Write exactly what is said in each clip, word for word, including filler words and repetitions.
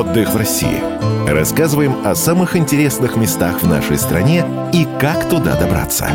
Отдых в России. Рассказываем о самых интересных местах в нашей стране и как туда добраться.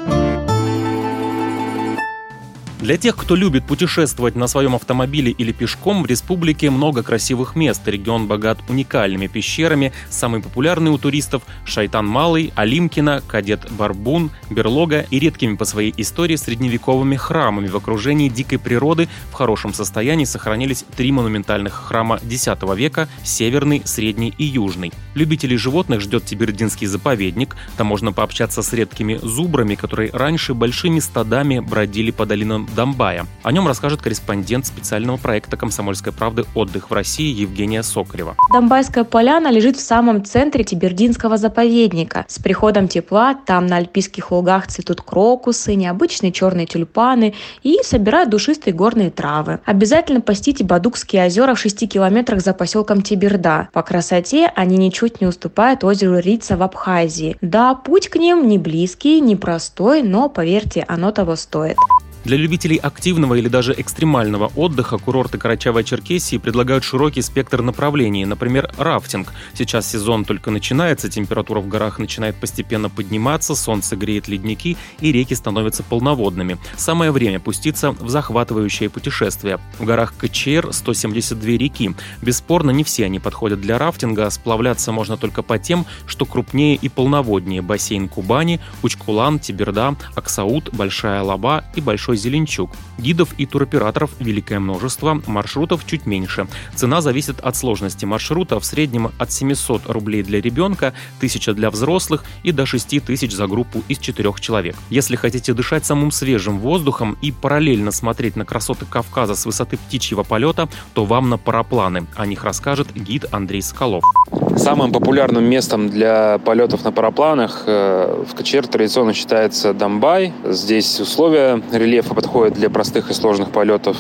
Для тех, кто любит путешествовать на своем автомобиле или пешком, в республике много красивых мест. Регион богат уникальными пещерами. Самые популярные у туристов – Шайтан Малый, Алимкино, Кадет Барбун, Берлога и редкими по своей истории средневековыми храмами. В окружении дикой природы в хорошем состоянии сохранились три монументальных храма десятого века – Северный, Средний и Южный. Любителей животных ждет Тибердинский заповедник. Там можно пообщаться с редкими зубрами, которые раньше большими стадами бродили по долинам Домбая. О нем расскажет корреспондент специального проекта «Комсомольской правды. Отдых в России» Евгения Соколева. Домбайская поляна лежит в самом центре Тибердинского заповедника. С приходом тепла там на альпийских лугах цветут крокусы, необычные черные тюльпаны и собирают душистые горные травы. Обязательно посетите Бадукские озера в шести километрах за поселком Тиберда. По красоте они ничуть не уступают озеру Рица в Абхазии. Да, путь к ним не близкий, не простой, но, поверьте, оно того стоит. Для любителей активного или даже экстремального отдыха курорты Карачаево-Черкесии предлагают широкий спектр направлений, например, рафтинг. Сейчас сезон только начинается, температура в горах начинает постепенно подниматься, солнце греет ледники и реки становятся полноводными. Самое время пуститься в захватывающее путешествие. В горах КЧР сто семьдесят две реки. Бесспорно, не все они подходят для рафтинга, сплавляться можно только по тем, что крупнее и полноводнее. Бассейн Кубани, Учкулан, Тиберда, Аксаут, Большая Лаба и Большой Зеленчук. Гидов и туроператоров великое множество, маршрутов чуть меньше. Цена зависит от сложности маршрута, в среднем от семьсот рублей для ребенка, тысяча для взрослых и до шести тысяч за группу из четырех человек. Если хотите дышать самым свежим воздухом и параллельно смотреть на красоты Кавказа с высоты птичьего полета, то вам на парапланы. О них расскажет гид Андрей Соколов. Самым популярным местом для полетов на парапланах в КЧР традиционно считается Домбай. Здесь условия рельефа подходят для простых и сложных полетов.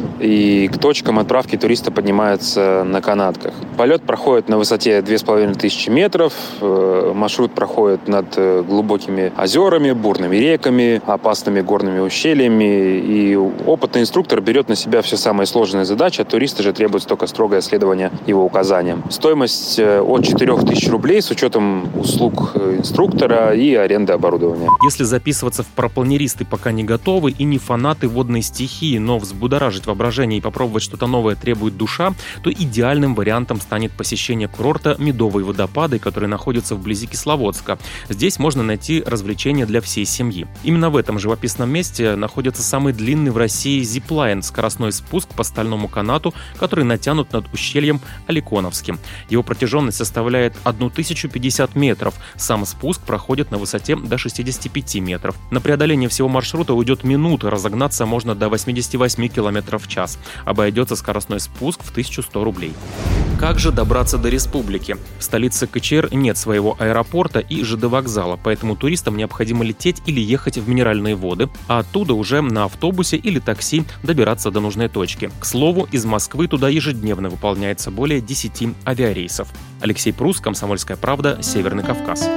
И к точкам отправки туриста поднимаются на канатках. Полет проходит на высоте две тысячи пятьсот метров. Маршрут проходит над глубокими озерами, бурными реками, опасными горными ущельями. И опытный инструктор берет на себя все самые сложные задачи, а туриста же требуется только строгое следование его указаниям. Стоимость от четырех тысяч рублей с учетом услуг инструктора и аренды оборудования. Если записываться в парапланеристы пока не готовы и не фанаты водной стихии, но взбудоражить воображение и попробовать что-то новое требует душа, то идеальным вариантом станет посещение курорта Медовые водопады, который находится вблизи Кисловодска. Здесь можно найти развлечения для всей семьи. Именно в этом живописном месте находится самый длинный в России зиплайн — скоростной спуск по стальному канату, который натянут над ущельем Аликоновским. Его протяженность составляет тысячу пятьдесят метров. Сам спуск проходит на высоте до шестидесяти пяти метров. На преодоление всего маршрута уйдет минута, разогнаться можно до восьмидесяти восьми километров в час. Обойдется скоростной спуск в тысячу сто рублей. Как же добраться до республики? В столице КЧР нет своего аэропорта и ЖД-вокзала, поэтому туристам необходимо лететь или ехать в Минеральные воды, а оттуда уже на автобусе или такси добираться до нужной точки. К слову, из Москвы туда ежедневно выполняется более десяти авиарейсов. Алексей Прус, «Комсомольская правда», Северный Кавказ.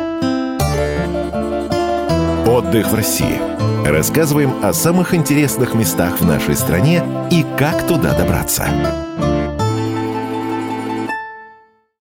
Отдых в России. Рассказываем о самых интересных местах в нашей стране и как туда добраться.